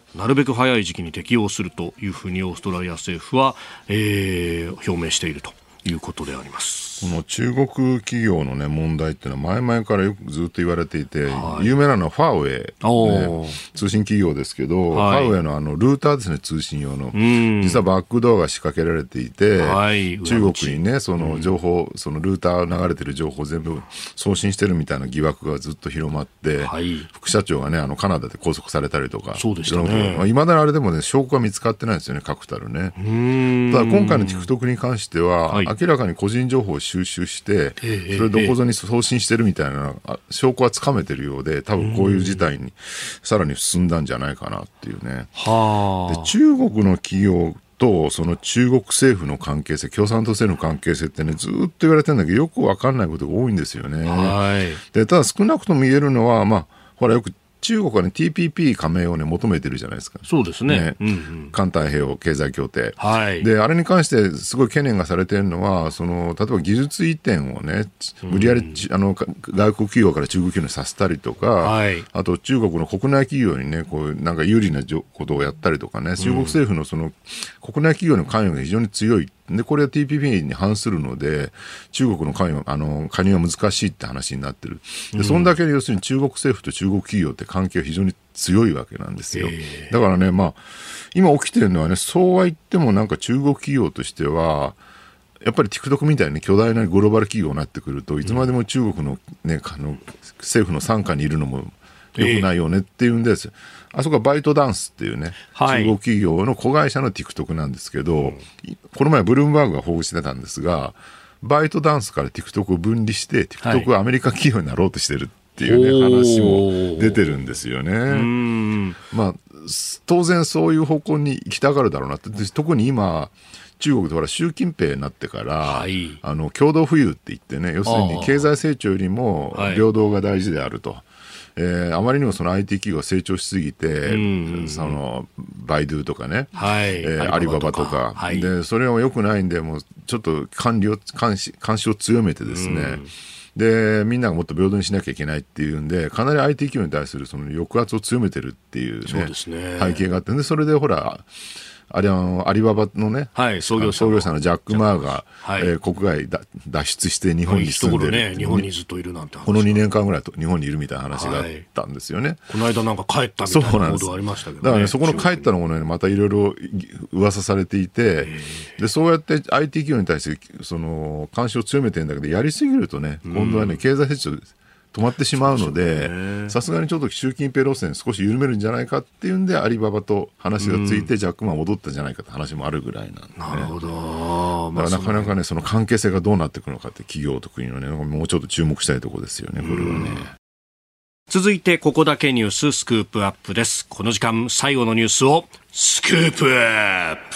[SPEAKER 1] なるべく早い時期に適用するというふうにオーストラリア政府は、表明しているということであります。
[SPEAKER 3] この中国企業の、ね、問題っていうのは前々からよくずっと言われていて、有名なのはファーウェイ、ね、通信企業ですけど、ファーウェイのルーターですね、通信用の、実はバックドアが仕掛けられていて、中国にね、その情報、そのルーター流れてる情報を全部送信してるみたいな疑惑がずっと広まって、副社長がね、カナダで拘束されたりとか、
[SPEAKER 1] そうでしたね。
[SPEAKER 3] 未だにあれでもね、証拠が見つかってないんですよね、確たるね。ただ今回の TikTok に関しては、明らかに個人情報を収集して、それどこぞに送信してるみたいな証拠はつかめてるようで、多分こういう事態にさらに進んだんじゃないかなっていうね。で、中国の企業とその中国政府の関係性、共産党政府の関係性ってね、ずっと言われてるんだけど、よく分かんないことが多いんですよね。で、ただ少なくとも言えるのは、ほらよく中国はね TPP 加盟をね求めてるじゃないですか。
[SPEAKER 1] そうですね。
[SPEAKER 3] 環太平洋経済協定。で、あれに関してすごい懸念がされているのは、例えば技術移転をね、無理やり外国企業から中国企業にさせたりとか、あと中国の国内企業にね、こうなんか有利なことをやったりとかね、中国政府のその国内企業の関与が非常に強い。で、これは TPP に反するので、中国の加入は難しいって話になってる。で、そんだけ要するに中国政府と中国企業って関係は非常に強いわけなんですよ。だからね、今起きてるのはね、そうは言ってもなんか中国企業としては、やっぱり TikTok みたいに巨大なグローバル企業になってくると、いつまでも中国のね、政府の傘下にいるのも良くないよねっていうんです。あそこはバイトダンスっていうね、中国企業の子会社の TikTok なんですけど、この前ブルームバーグが報じてたんですが、バイトダンスから TikTok を分離して TikTok はアメリカ企業になろうとしてるっていうね、話も出てるんですよね。当然そういう方向に行きたがるだろうなって。特に今中国でほら習近平になってから、共同富裕って言ってね、要するに経済成長よりも平等が大事であると。あまりにもその IT 企業が成長しすぎて、そのバイドゥとかね、アリババとか、でそれは良くないんで、もうちょっと監視を強めてですね、でみんながもっと平等にしなきゃいけないっていうんで、かなり IT 企業に対するその抑圧を強めてるっていう、ね、背景があって、でそれでほらアリババのね、創業者のジャック・マーが、国外脱出して日本に住んでる、
[SPEAKER 1] 日本にずっといるなんて話、
[SPEAKER 3] この2年間ぐらいと日本にいるみたいな話があったんですよね。
[SPEAKER 1] この間なんか帰ったみたいな報道ありましたけどね。
[SPEAKER 3] だからね、そこの帰ったのもね、またいろいろ噂されていて、でそうやって IT 企業に対してその監視を強めてるんだけど、やりすぎるとね、今度はね、経済成長止まってしまうので、さすがにちょっと習近平路線少し緩めるんじゃないかっていうんで、アリババと話がついてジャックマン戻ったんじゃないかって話もあるぐらいなんで、ね、
[SPEAKER 1] なるほど。
[SPEAKER 3] だからなかなかね、その関係性がどうなっていくのかって企業と国のね、もうちょっと注目したいところですよね、これはね。
[SPEAKER 1] 続いてここだけニューススクープアップです。この時間最後のニュースをスクープアップ。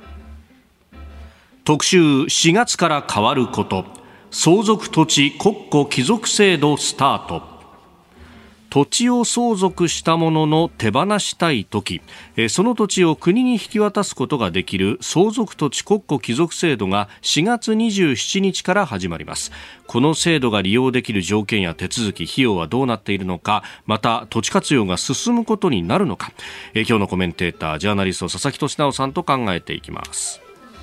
[SPEAKER 1] 特集、4月から変わること、相続土地国庫帰属制度スタート。土地を相続したものの手放したいとき、その土地を国に引き渡すことができる相続土地国庫帰属制度が4月27日から始まります。この制度が利用できる条件や手続き、費用はどうなっているのか、また土地活用が進むことになるのか、今日のコメンテーター、ジャーナリスト佐々木俊直さんと考えていきます。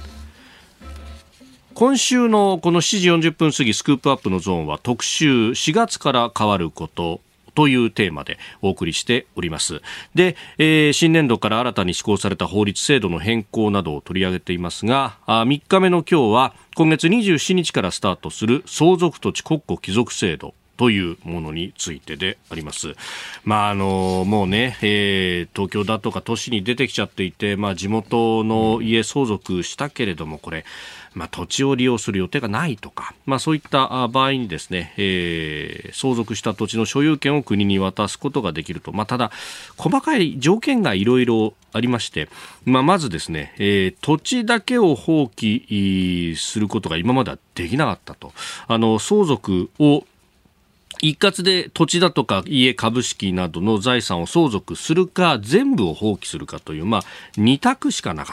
[SPEAKER 1] 今週のこの7時40分過ぎスクープアップのゾーンは特集、4月から変わることというテーマでお送りしております。で、新年度から新たに施行された法律制度の変更などを取り上げていますが、3日目の今日は今月27日からスタートする相続土地国庫帰属制度というものについてであります。もうね、東京だとか都市に出てきちゃっていて、地元の家相続したけれども、これ土地を利用する予定がないとか、そういった場合にですね、相続した土地の所有権を国に渡すことができると。ただ細かい条件がいろいろありまして、まずですね、土地だけを放棄することが今まではできなかったと。相続を一括で土地だとか家、株式などの財産を相続するか全部を放棄するかという、2択しかなかった。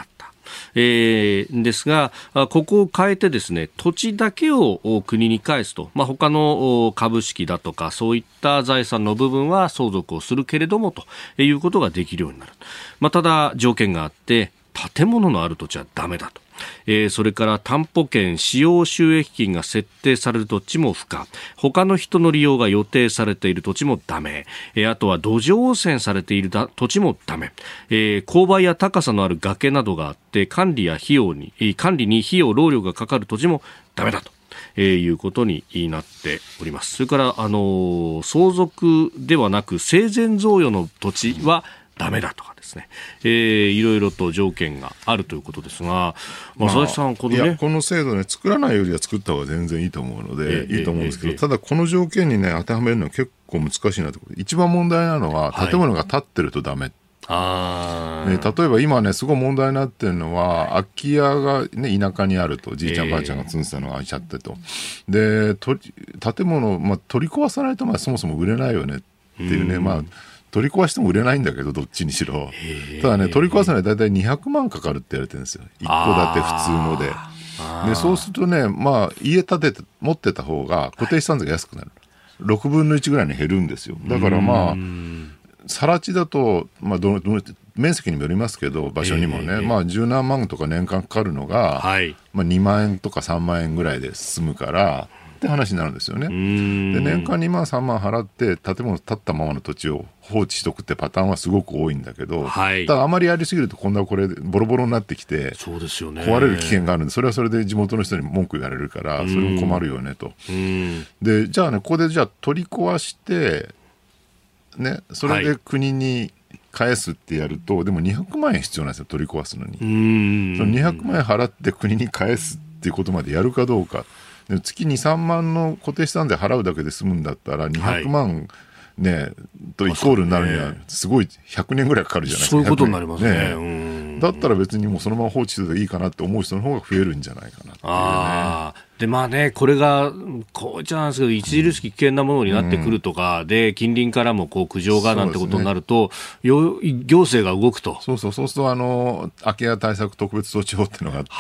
[SPEAKER 1] ですが、ここを変えてですね、土地だけを国に返すと、他の株式だとかそういった財産の部分は相続をするけれどもということができるようになる。ただ条件があって、建物のある土地はダメだと。それから担保権使用収益金が設定される土地も不可、他の人の利用が予定されている土地もダメ、あとは土壌汚染されている土地もダメ、勾配や高さのある崖などがあって管理に費用労力がかかる土地もダメだということになっております。それから相続ではなく生前贈与の土地はダメだとかですね、いろいろと条件があるということですが、佐々木さん、こ
[SPEAKER 3] の制度ね、作らないよりは作った方が全然いいと思うので、いいと思うんですけど、ただこの条件にね当てはめるのは結構難しいなと。一番問題なのは建物が建ってるとダメ、例えば今ねすごい問題になってるのは空き家が、ね、田舎にあると、じいちゃんばあちゃんが住んでたのが空いちゃってと、で建物、取り壊さないとそもそも売れないよねっていうね、取り壊しても売れないんだけどどっちにしろ、ただね取り壊さないとだいたい200万かかるって言われてるんですよ、一戸建て普通ので。そうするとね、家建てて持ってた方が固定資産税が安くなる、6分の1ぐらいに減るんですよ。だから更地だと、面積にもよりますけど場所にもね、十何万とか年間かかるのが、2万円とか3万円ぐらいで済むからって話になるんですよね。で年間2万3万払って建物建ったままの土地を放置しとくってパターンはすごく多いんだけど、ただあまりやりすぎると今度はこれボロボロになってきて、
[SPEAKER 1] そうですよね、
[SPEAKER 3] 壊れる危険があるんで、それはそれで地元の人に文句言われるからそれも困るよねと。でじゃあね、ここでじゃあ取り壊してね、それで国に返すってやると、でも200万円必要なんですよ、取り壊すのに。その200万円払って国に返すっていうことまでやるかどうか。月2、3万の固定資産税払うだけで済むんだったら200万、とイコールになるにはすごい100年ぐらいかかるじゃないですか。
[SPEAKER 1] そういうことになりますね。
[SPEAKER 3] だったら別にもうそのまま放置していいかなって思う人の方が増えるんじゃないかなっていうね。でこれがこうじゃないですけど著しき危険なものになってくるとかで、近隣からも苦情がなんてことになると、行政が動くと。そうすると空き家対策特別措置法っていうのがあって、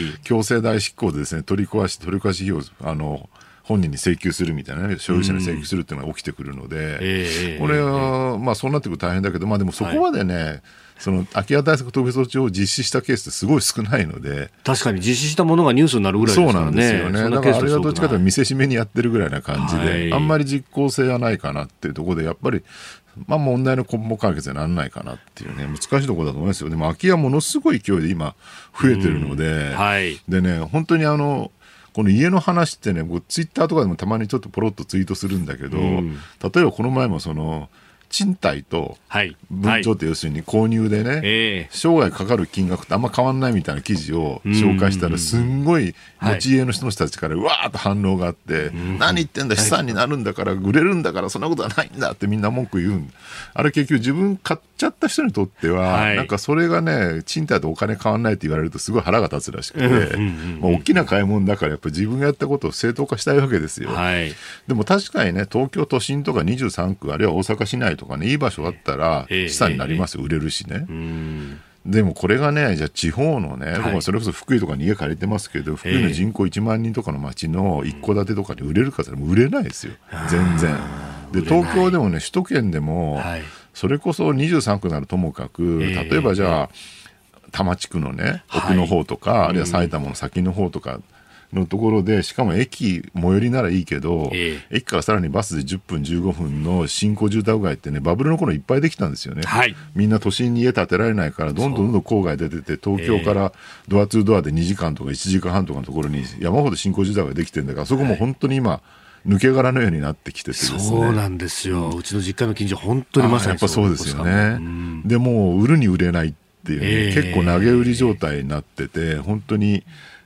[SPEAKER 3] 強制代執行でですね、取り壊し費用を本人に請求するみたいなね、所有者に請求するっていうのが起きてくるので、これはそうなってくると大変だけど、でもそこまでね、その空き家対策特別措置を実施したケースってすごい少ないので。
[SPEAKER 1] 確かに実施したものがニュースになるぐらいですからね。そうなんですよね。
[SPEAKER 3] だからあれはどっちかというと見せしめにやってるぐらいな感じで、あんまり実効性はないかなっていうところで、やっぱり問題の根本解決にならないかなっていうね、難しいところだと思いますよ。でも空き家ものすごい勢いで今増えてるので、でね、本当にこの家の話ってね、僕ツイッターとかでもたまにちょっとポロッとツイートするんだけど、例えばこの前も賃貸と分譲って要するに購入でね、生涯かかる金額ってあんま変わんないみたいな記事を紹介したら、すんごい持ち家の人たちからうわーっと反応があって、何言ってんだ、資産になるんだから売れるんだからそんなことはないんだってみんな文句言うん。あれ結局自分買っちゃった人にとっては、なんかそれがね、賃貸とお金変わんないって言われるとすごい腹が立つらしくて、大きな買い物だからやっぱり自分がやったことを正当化したいわけですよ。でも確かにね、東京都心とか23区あるいは大阪市内とかね、いい場所あったら資産になりますよ、売れるしね。でもこれがね、じゃあ地方のね、それこそ福井とかに家借りてますけど、福井の人口1万人とかの町の一戸建てとかに売れるかって売れないですよ、全然。で東京でもね、首都圏でも、それこそ23区ならともかく、例えばじゃあ多摩地区のね、奥の方とか、あるいは埼玉の先の方とかのところで、しかも駅最寄りならいいけど、駅からさらにバスで10分15分の新興住宅街ってね、バブルの頃いっぱいできたんですよね。みんな都心に家建てられないからどんどん郊外で出てて、東京からドアツードアで2時間とか1時間半とかのところに山ほど新興住宅ができてるんだから、そこも本当に今抜け殻のようになってきててですね。
[SPEAKER 1] そうなんですよ。うちの実家の近所本当にまさに
[SPEAKER 3] やっぱそうですよね。でもう売るに売れないっていうね、結構投げ売り状態になってて、本当に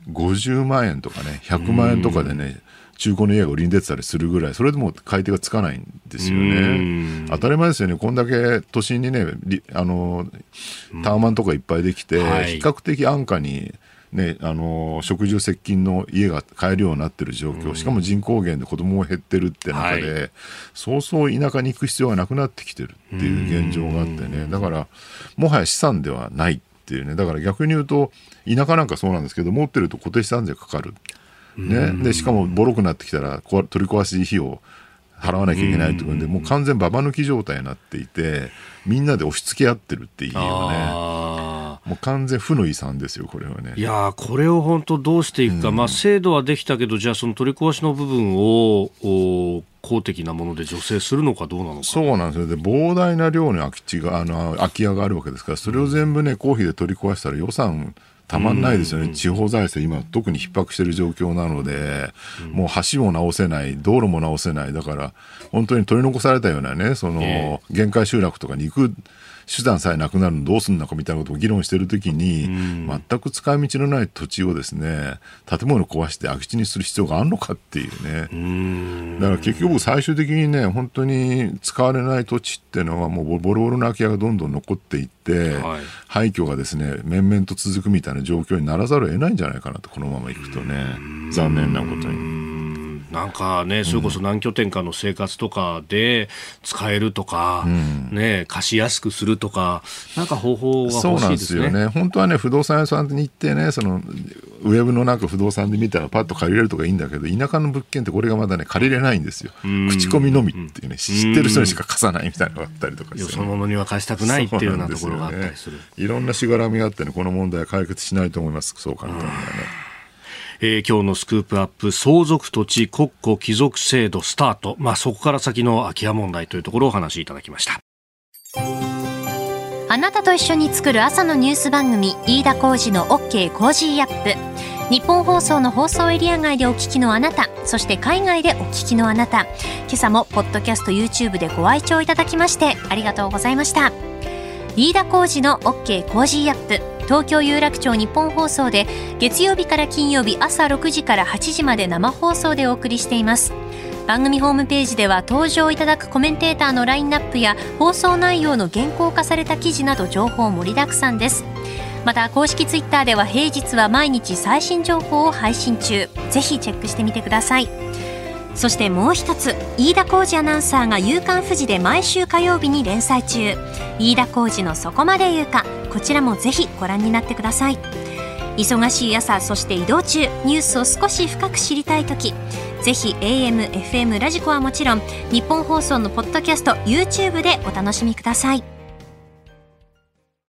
[SPEAKER 3] 50万円とかね、100万円とかでね、中古の家が売りに出てたりするぐらい、それでも買い手がつかないんですよね。当たり前ですよね。こんだけ都心にね、タワマンとかいっぱいできて、比較的安価にね、食住接近の家が買えるようになってる状況、しかも人口減で子供も減ってるって中で、そうそう田舎に行く必要がなくなってきてるっていう現状があってね、だからもはや資産ではないっっていうね。だから逆に言うと田舎なんかそうなんですけど、持ってると固定資産税かかる、ね、でしかもボロくなってきたら取り壊し費用払わなきゃいけないというので、もう完全ババ抜き状態になっていて、みんなで押し付け合ってるっていうよね。もう完全負の遺産ですよ、これはね。
[SPEAKER 1] いやこれを本当どうしていくか、まあ、制度はできたけど、じゃあその取り壊しの部分を公的なもので助成するのかどうなのか。
[SPEAKER 3] そうなんですよ。で、膨大な量の空き家があるわけですから、それを全部ね、公費で取り壊したら予算たまんないですよね。地方財政今特に逼迫している状況なので、もう橋も直せない、道路も直せない。だから本当に取り残されたようなね、その限界集落とかに行く手段さえなくなるのどうするのかみたいなことを議論しているときに、全く使い道のない土地をですね、建物を壊して空き地にする必要があるのかっていうね。だから結局最終的にね、本当に使われない土地っていうのはもうボロボロな空き家がどんどん残っていって、廃墟がですね面々と続くみたいな状況にならざるを得ないんじゃないかなと、このままいくとね。残念なことに。
[SPEAKER 1] なんかね、それこそ何拠点かの生活とかで使えるとか、ね、貸しやすくするとか、なんか方法が欲しいですね。
[SPEAKER 3] そうなんですよね。本当はね、不動産屋さんに行ってね、そのウェブのなんか不動産で見たらパッと借りれるとかいいんだけど、田舎の物件ってこれがまだね借りれないんですよ。口コミのみっていうね、知ってる人にしか貸さないみたいなのがあったりとかして、ね、
[SPEAKER 1] よそ者には貸したくないっていうようなところがあったりする。
[SPEAKER 3] いろんなしがらみがあってね、この問題は解決しないと思います。そう簡単にはね。
[SPEAKER 1] 今日のスクープアップ、相続土地国庫帰属制度スタート、まあ、そこから先の空き家問題というところをお話しいただきました。
[SPEAKER 2] あなたと一緒に作る朝のニュース番組、飯田浩司の OK コージーアップ。日本放送の放送エリア外でお聞きのあなた、そして海外でお聞きのあなた、今朝もポッドキャスト YouTube でご愛聴いただきましてありがとうございました。飯田浩司の OK コージーアップ、東京有楽町日本放送で月曜日から金曜日朝6時から8時まで生放送でお送りしています。番組ホームページでは登場いただくコメンテーターのラインナップや放送内容の原稿化された記事など情報盛りだくさんです。また公式ツイッターでは平日は毎日最新情報を配信中、ぜひチェックしてみてください。そしてもう一つ、飯田浩司アナウンサーが夕刊フジで毎週火曜日に連載中、飯田浩司のそこまで言うか、こちらもぜひご覧になってください。忙しい朝、そして移動中、ニュースを少し深く知りたいとき、ぜひ AM、FM、ラジコはもちろん日本放送のポッドキャスト YouTube でお楽しみください。